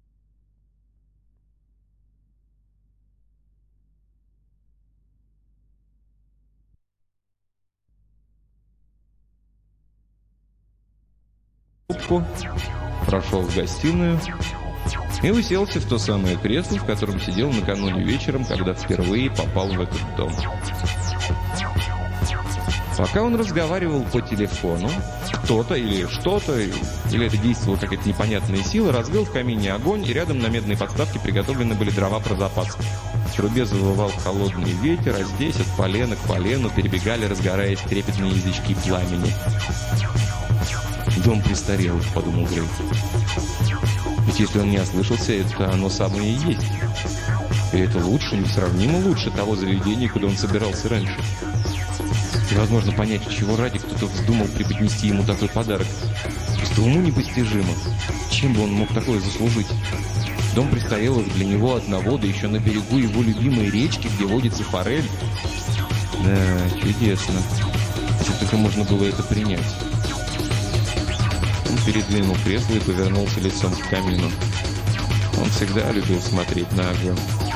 Прошел в гостиную и уселся в то самое кресло, в котором сидел накануне вечером, когда впервые попал в этот дом. Пока он разговаривал по телефону, кто-то или что-то, или это действовала какая-то непонятная сила, разгрел в камине огонь, и рядом на медной подставке приготовлены были дрова про запас. В трубе завывал холодный ветер, а здесь от полена к полену перебегали, разгораясь, трепетные язычки пламени. «Дом престарелых», — подумал Грей. Ведь если он не ослышался, это оно самое и есть. И это лучше, несравнимо лучше того заведения, куда он собирался раньше. Невозможно понять, чего ради кто-то вздумал преподнести ему такой подарок. Просто уму непостижимо. Чем бы он мог такое заслужить? Дом престарелых для него одного, да еще на берегу его любимой речки, где водится форель. Да, чудесно. Если только можно было это принять. Он передвинул кресло и повернулся лицом к камину. Он всегда любил смотреть на огонь.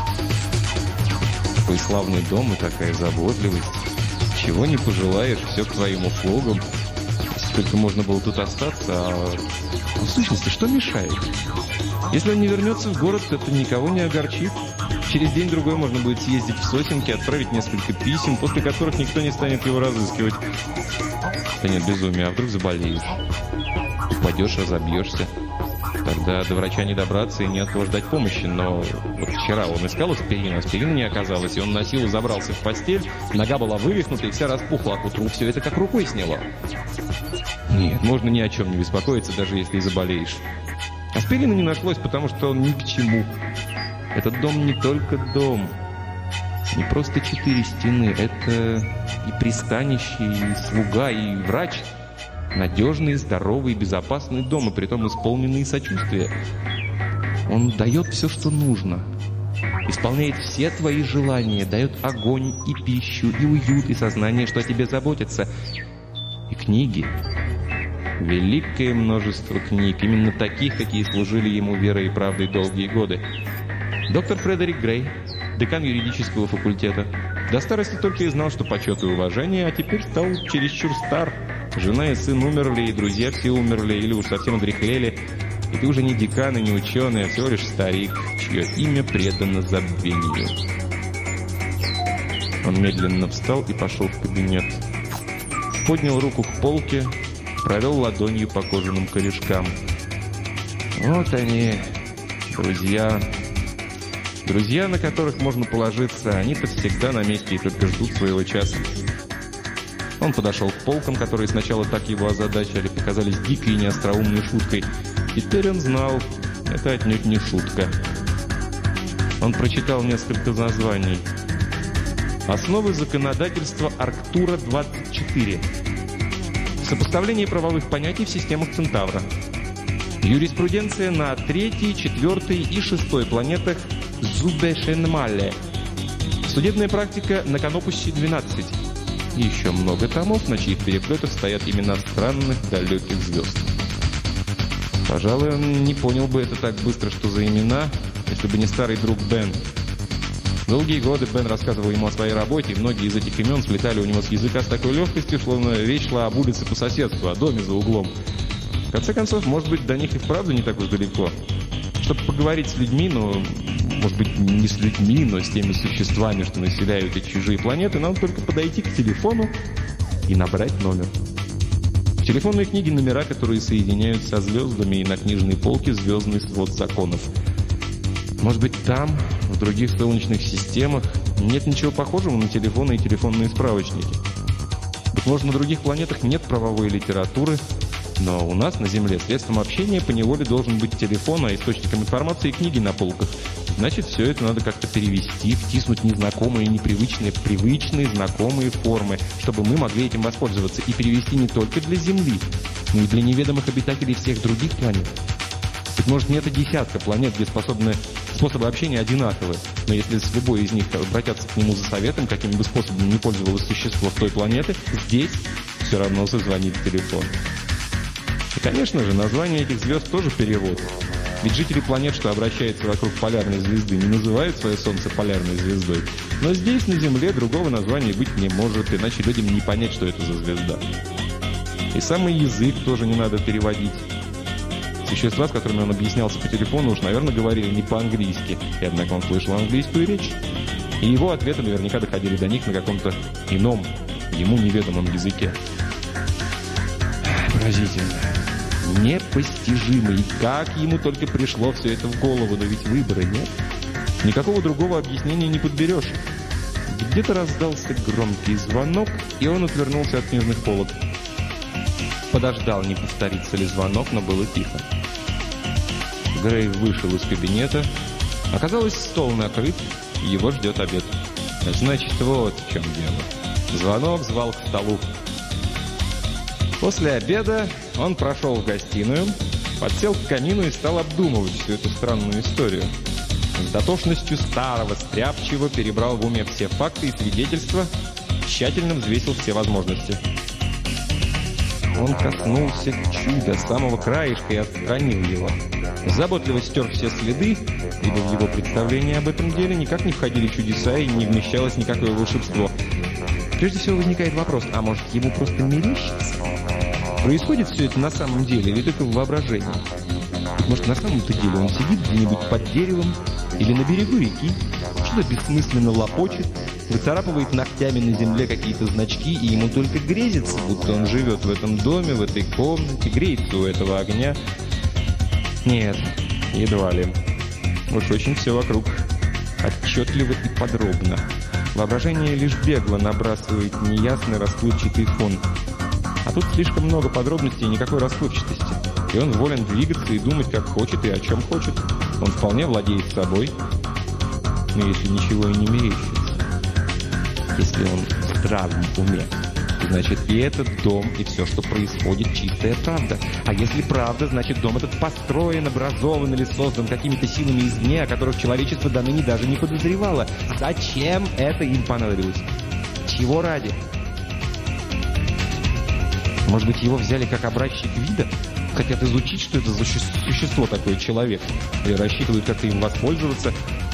Такой славный дом и такая заботливость. Чего не пожелаешь, все к твоим услугам. Если только можно было тут остаться, а... В сущности, что мешает? Если он не вернется в город, это никого не огорчит. Через день-другой можно будет съездить в Сосенки, отправить несколько писем, после которых никто не станет его разыскивать. Да нет, безумие, а вдруг заболеешь? Упадешь, разобьешься. Тогда до врача не добраться и не от кого ждать помощи. Но вот вчера он искал аспирин, аспирина не оказалось, и он на силу забрался в постель, нога была вывихнута и вся распухла, а к утру все это как рукой сняло. Нет, можно ни о чем не беспокоиться, даже если и заболеешь. Аспирина не нашлось, потому что он ни к чему. Этот дом не только дом. Не просто четыре стены. Это и пристанище, и слуга, и врач. Надежный, здоровый, безопасный дом, и притом исполненный сочувствия. Он дает все, что нужно. Исполняет все твои желания. Дает огонь и пищу, и уют, и сознание, что о тебе заботятся. И книги. Великое множество книг. Именно таких, какие служили ему верой и правдой долгие годы. Доктор Фредерик Грей, декан юридического факультета, до старости только и знал, что почет и уважение, а теперь стал чересчур стар. Жена и сын умерли, и друзья все умерли, или уж совсем одряхлели. И ты уже не декан и не ученый, а всего лишь старик, чье имя предано забвению. Он медленно встал и пошел в кабинет. Поднял руку к полке, провел ладонью по кожаным корешкам. Вот они, друзья. Друзья, на которых можно положиться, они-то всегда на месте и только ждут своего часа. Он подошел к полкам, которые сначала так его озадачили, показались дикой и неостроумной шуткой. Теперь он знал, это отнюдь не шутка. Он прочитал несколько названий. «Основы законодательства Арктура двадцать четыре». «Сопоставление правовых понятий в системах Центавра». «Юриспруденция на третьей, четвертой и шестой планетах Зубешенмале». «Судебная практика на Канопусе двенадцать». И еще много томов, на чьих переплетах стоят имена странных далеких звезд. Пожалуй, он не понял бы это так быстро, что за имена, если бы не старый друг Бен. Долгие годы Бен рассказывал ему о своей работе, и многие из этих имен слетали у него с языка с такой легкостью, словно речь шла об улице по соседству, о доме за углом. В конце концов, может быть, до них и вправду не так уж далеко. Чтобы поговорить с людьми, но, может быть, не с людьми, но с теми существами, что населяют эти чужие планеты, надо только подойти к телефону и набрать номер. В телефонной книге номера, которые соединяют со звездами, и на книжной полке звездный свод законов. Может быть, там, в других солнечных системах, нет ничего похожего на телефоны и телефонные справочники. Быть может, на других планетах нет правовой литературы, но у нас на Земле средством общения поневоле должен быть телефон, а источником информации книги на полках. Значит, все это надо как-то перевести, втиснуть незнакомые, непривычные, привычные, знакомые формы, чтобы мы могли этим воспользоваться. И перевести не только для Земли, но и для неведомых обитателей всех других планет. Быть может, нет и десятка планет, где способны, способы общения одинаковы. Но если с любой из них обратятся к нему за советом, каким бы способом ни пользовалось существо с той планеты, здесь все равно зазвонит телефон. И, конечно же, название этих звезд тоже перевод. Ведь жители планет, что обращаются вокруг полярной звезды, не называют свое Солнце полярной звездой. Но здесь, на Земле, другого названия быть не может, иначе людям не понять, что это за звезда. И самый язык тоже не надо переводить. Существа, с которыми он объяснялся по телефону, уж, наверное, говорили не по-английски, и однако он слышал английскую речь. И его ответы наверняка доходили до них на каком-то ином, ему неведомом языке. Поразительно. Непостижимо. И как ему только пришло все это в голову, но ведь выбора нет. Никакого другого объяснения не подберешь. Где-то раздался громкий звонок, и он отвернулся от книжных полок. Подождал, не повторится ли звонок, но было тихо. Грей вышел из кабинета. Оказалось, стол накрыт, его ждет обед. Значит, вот в чем дело. Звонок звал к столу. После обеда он прошел в гостиную, подсел к камину и стал обдумывать всю эту странную историю. С дотошностью старого стряпчего перебрал в уме все факты и свидетельства, тщательно взвесил все возможности. Он коснулся чуда самого краешка и отстранил его. Заботливо стер все следы, ибо в его представлении об этом деле никак не входили чудеса и не вмещалось никакое волшебство. Прежде всего возникает вопрос, а может ему просто мерещится? Происходит все это на самом деле или только в воображении? Может, на самом-то деле он сидит где-нибудь под деревом или на берегу реки, что-то бессмысленно лопочет, выцарапывает ногтями на земле какие-то значки, и ему только грезится, будто он живет в этом доме, в этой комнате, греется у этого огня. Нет, едва ли. Уж очень все вокруг отчетливо и подробно. Воображение лишь бегло набрасывает неясный расплывчатый фон. А тут слишком много подробностей и никакой расплывчатости. И он волен двигаться и думать, как хочет и о чем хочет. Он вполне владеет собой. Но если ничего и не мерещится, если он в здравом уме, значит и этот дом, и все, что происходит, чистая правда. А если правда, значит дом этот построен, образован или создан какими-то силами извне, о которых человечество до ныне даже не подозревало. Зачем это им понадобилось? Чего ради? Может быть, его взяли как образчик вида? Хотят изучить, что это за существо такое человек? Или рассчитывают как-то им воспользоваться?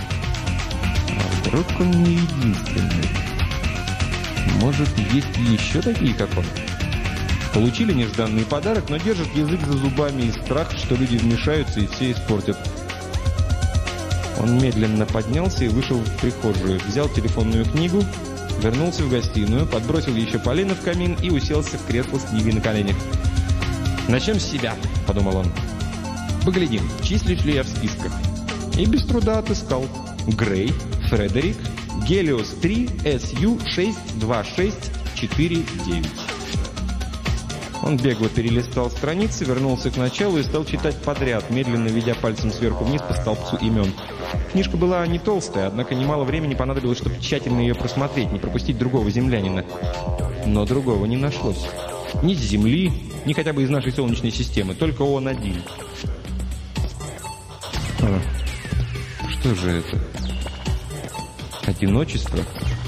А вдруг он не единственный? Может, есть еще такие, как он? Получили нежданный подарок, но держат язык за зубами из страха, что люди вмешаются и все испортят. Он медленно поднялся и вышел в прихожую, взял телефонную книгу, вернулся в гостиную, подбросил еще полено в камин и уселся в кресло с книгой на коленях. «Начнем с себя», — подумал он. «Поглядим, числюсь ли я в списках». И без труда отыскал. Грей, Фредерик, Гелиос три, эс ю шесть два шесть четыре девять. Он бегло перелистал страницы, вернулся к началу и стал читать подряд, медленно ведя пальцем сверху вниз по столбцу имен. Книжка была не толстая, однако немало времени понадобилось, чтобы тщательно ее просмотреть, не пропустить другого землянина. Но другого не нашлось. Ни с Земли, ни хотя бы из нашей Солнечной системы, только он один. А, что же это? Одиночество?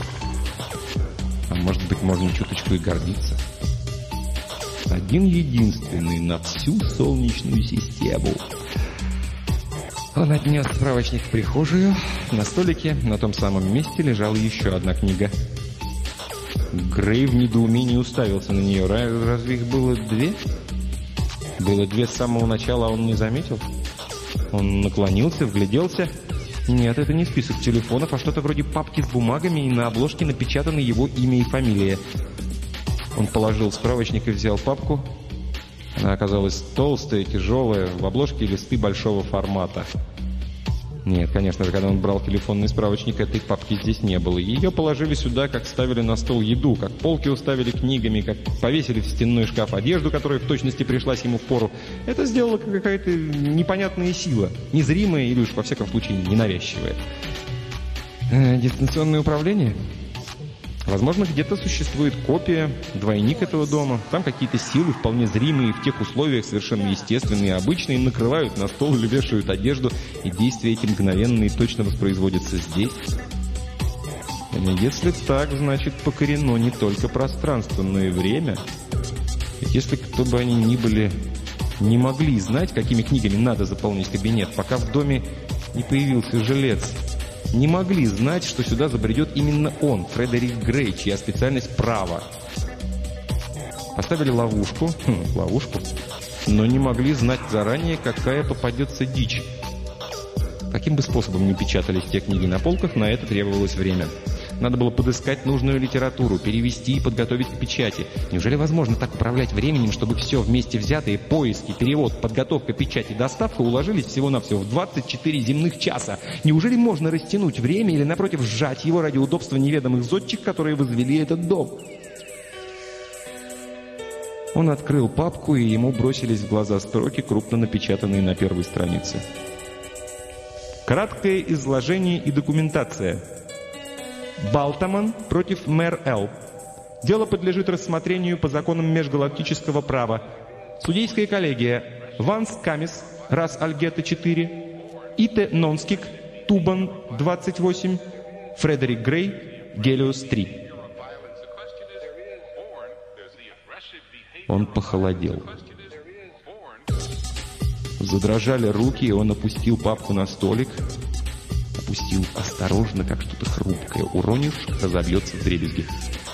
А может быть, можно чуточку и гордиться? Один единственный на всю Солнечную систему. Он отнес справочник в прихожую. На столике на том самом месте лежала еще одна книга. Грей в недоумении уставился на нее. Разве их было две? Было две с самого начала, а он не заметил? Он наклонился, вгляделся. Нет, это не список телефонов, а что-то вроде папки с бумагами, и на обложке напечатаны его имя и фамилия. Он положил справочник и взял папку. Она оказалась толстая, тяжелая, в обложке листы большого формата. Нет, конечно же, когда он брал телефонный справочник, этой папки здесь не было. Ее положили сюда, как ставили на стол еду, как полки уставили книгами, как повесили в стенной шкаф одежду, которая в точности пришлась ему в пору. Это сделала какая-то непонятная сила, незримая или уж, во всяком случае, ненавязчивая. Э, дистанционное управление? Возможно, где-то существует копия, двойник этого дома. Там какие-то силы, вполне зримые, в тех условиях совершенно естественные и обычные, накрывают на стол или вешают одежду, и действия эти мгновенно и точно воспроизводятся здесь. Если так, значит, покорено не только пространство, но и время. Ведь если кто бы они ни были, не могли знать, какими книгами надо заполнить кабинет, пока в доме не появился жилец, не могли знать, что сюда забредет именно он, Фредерик Грей, чья специальность право. Поставили ловушку, хм, ловушку, но не могли знать заранее, какая попадется дичь. Каким бы способом ни печатались те книги на полках, на это требовалось время. Надо было подыскать нужную литературу, перевести и подготовить к печати. Неужели возможно так управлять временем, чтобы все вместе взятые поиски, перевод, подготовка, печать и доставка уложились всего-навсего в двадцать четыре земных часа? Неужели можно растянуть время или, напротив, сжать его ради удобства неведомых зодчих, которые возвели этот дом? Он открыл папку, и ему бросились в глаза строки, крупно напечатанные на первой странице. Краткое изложение и документация. Балтаман против Мэр Эл. Дело подлежит рассмотрению по законам межгалактического права. Судейская коллегия. Ванс Камис, Рас Альгета четыре, Ите Нонскик, Тубан двадцать восемь, Фредерик Грей, Гелиос три. Он похолодел. Задрожали руки, и он опустил папку на столик. Опустил осторожно, как что-то хрупкое. Уронишь, разобьется в дребезги.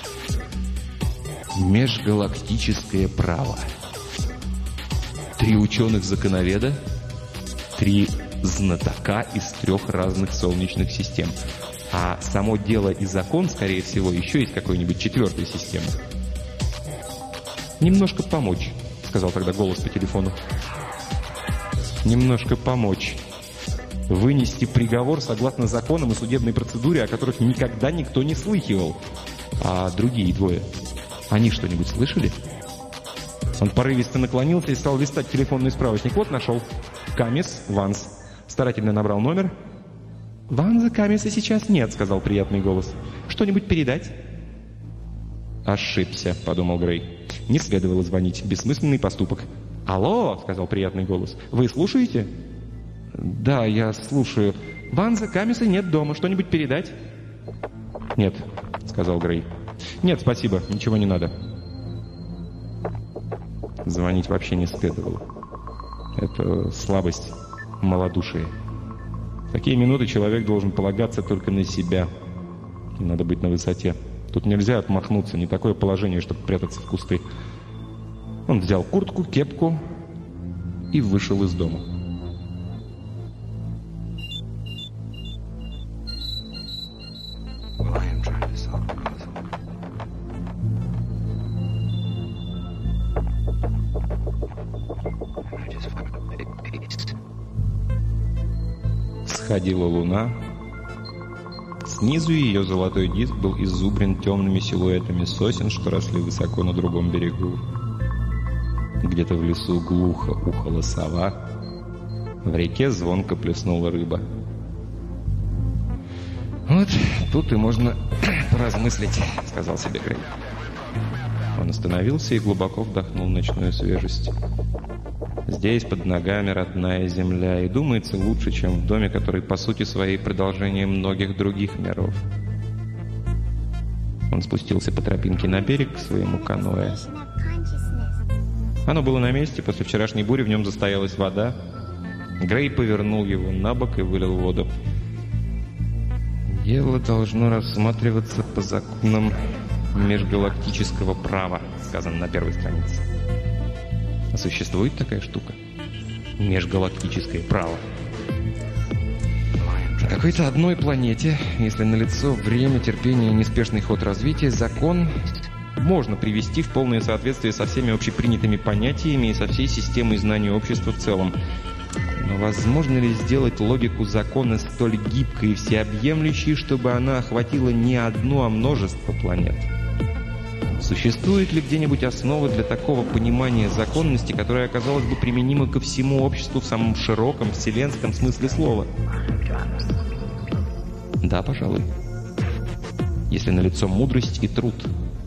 Межгалактическое право. Три ученых-законоведа, три знатока из трех разных солнечных систем. А само дело и закон, скорее всего, еще из какой-нибудь четвертой системы. «Немножко помочь», — сказал тогда голос по телефону. «Немножко помочь. Вынести приговор согласно законам и судебной процедуре, о которых никогда никто не слыхивал. А другие двое, они что-нибудь слышали?» Он порывисто наклонился и стал листать телефонный справочник. Вот нашел. Камис, Ванс. Старательно набрал номер. «Ванза Камиса сейчас нет», — сказал приятный голос. «Что-нибудь передать?» «Ошибся», — подумал Грей. «Не следовало звонить. Бессмысленный поступок». «Алло», — сказал приятный голос. «Вы слушаете?» «Да, я слушаю. Ванза Камиса нет дома. Что-нибудь передать?» «Нет», — сказал Грей. «Нет, спасибо. Ничего не надо». Звонить вообще не следовало. Это слабость, малодушие. В такие минуты человек должен полагаться только на себя. И надо быть на высоте. Тут нельзя отмахнуться, не такое положение, чтобы прятаться в кусты. Он взял куртку, кепку и вышел из дома. Сходила луна. Снизу ее золотой диск был изубрен темными силуэтами сосен, что росли высоко на другом берегу. Где-то в лесу глухо ухала сова. В реке звонко плеснула рыба. «Вот тут и можно поразмыслить», — сказал себе Грей. Он остановился и глубоко вдохнул ночную свежесть. Здесь под ногами родная земля, и думается лучше, чем в доме, который по сути своей продолжение многих других миров. Он спустился по тропинке на берег к своему каноэ. Оно было на месте, после вчерашней бури в нем застоялась вода. Грей повернул его на бок и вылил воду. «Дело должно рассматриваться по законам межгалактического права», сказано на первой странице. А существует такая штука? Межгалактическое право. На какой-то одной планете, если налицо время, терпение и неспешный ход развития, закон можно привести в полное соответствие со всеми общепринятыми понятиями и со всей системой знаний общества в целом. Но возможно ли сделать логику закона столь гибкой и всеобъемлющей, чтобы она охватила не одну, а множество планет? Существует ли где-нибудь основа для такого понимания законности, которая оказалась бы применима ко всему обществу в самом широком вселенском смысле слова? Да, пожалуй. Если налицо мудрость и труд.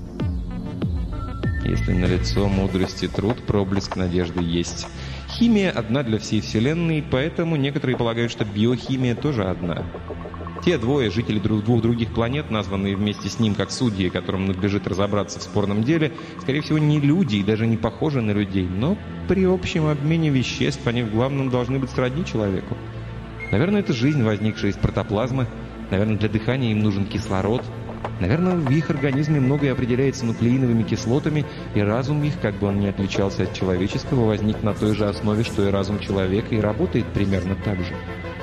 Если налицо мудрость и труд, проблеск надежды есть. Химия одна для всей Вселенной, поэтому некоторые полагают, что биохимия тоже одна. Те двое, жители двух других планет, названные вместе с ним как судьи, которым надлежит разобраться в спорном деле, скорее всего, не люди и даже не похожи на людей, но при общем обмене веществ они в главном должны быть сродни человеку. Наверное, это жизнь, возникшая из протоплазмы. Наверное, для дыхания им нужен кислород. Наверное, в их организме многое определяется нуклеиновыми кислотами, и разум их, как бы он ни отличался от человеческого, возник на той же основе, что и разум человека, и работает примерно так же.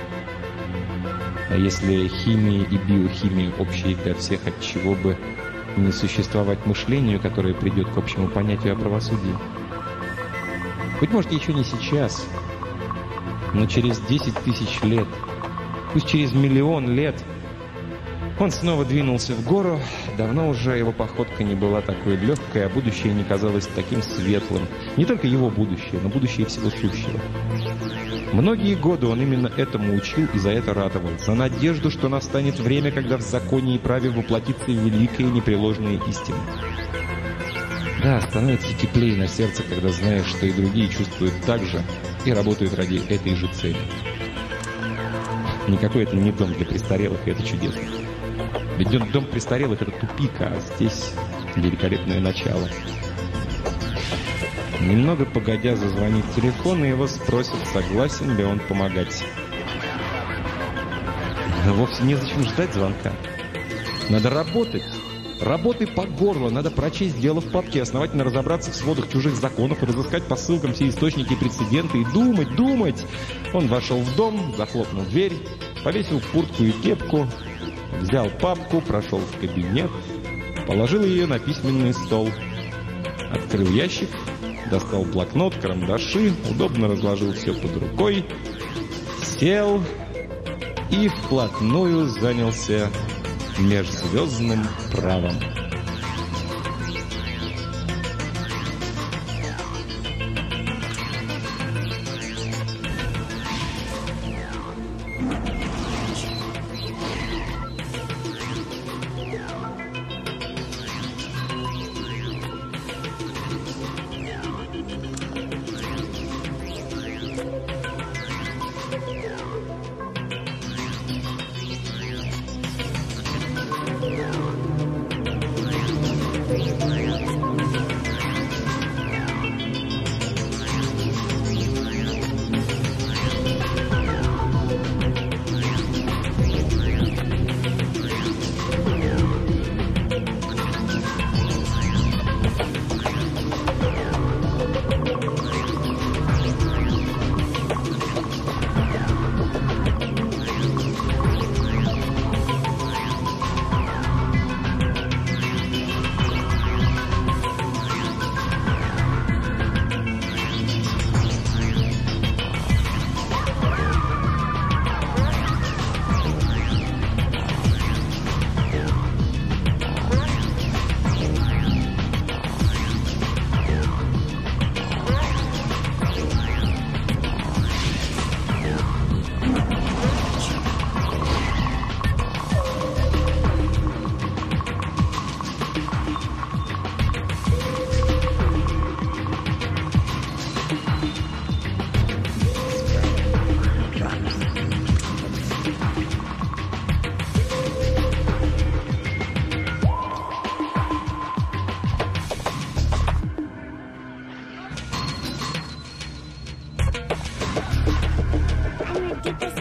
А если химия и биохимия общие для всех, от чего бы не существовать мышлению, которое придет к общему понятию о правосудии? Быть может, еще не сейчас, но через десять тысяч лет, пусть через миллион лет, он снова двинулся в гору. Давно уже его походка не была такой легкой, а будущее не казалось таким светлым. Не только его будущее, но будущее всего сущего. Многие годы он именно этому учил и за это ратовал. За надежду, что настанет время, когда в законе и праве воплотится великая непреложная истина. Да, становится теплее на сердце, когда знаешь, что и другие чувствуют так же и работают ради этой же цели. Никакой это не дом для престарелых, и это чудесно. Ведь дом престарелых — это тупик, а здесь великолепное начало. Немного погодя зазвонит телефон, и его спросят, согласен ли он помогать. Вовсе незачем ждать звонка. Надо работать. Работы по горло. Надо прочесть дело в папке, основательно разобраться в сводах чужих законов, разыскать по ссылкам все источники и прецеденты, и думать, думать. Он вошел в дом, захлопнул дверь, повесил куртку и кепку, взял папку, прошел в кабинет, положил ее на письменный стол, открыл ящик, достал блокнот, карандаши, удобно разложил все под рукой, сел и вплотную занялся межзвездным правом. Get this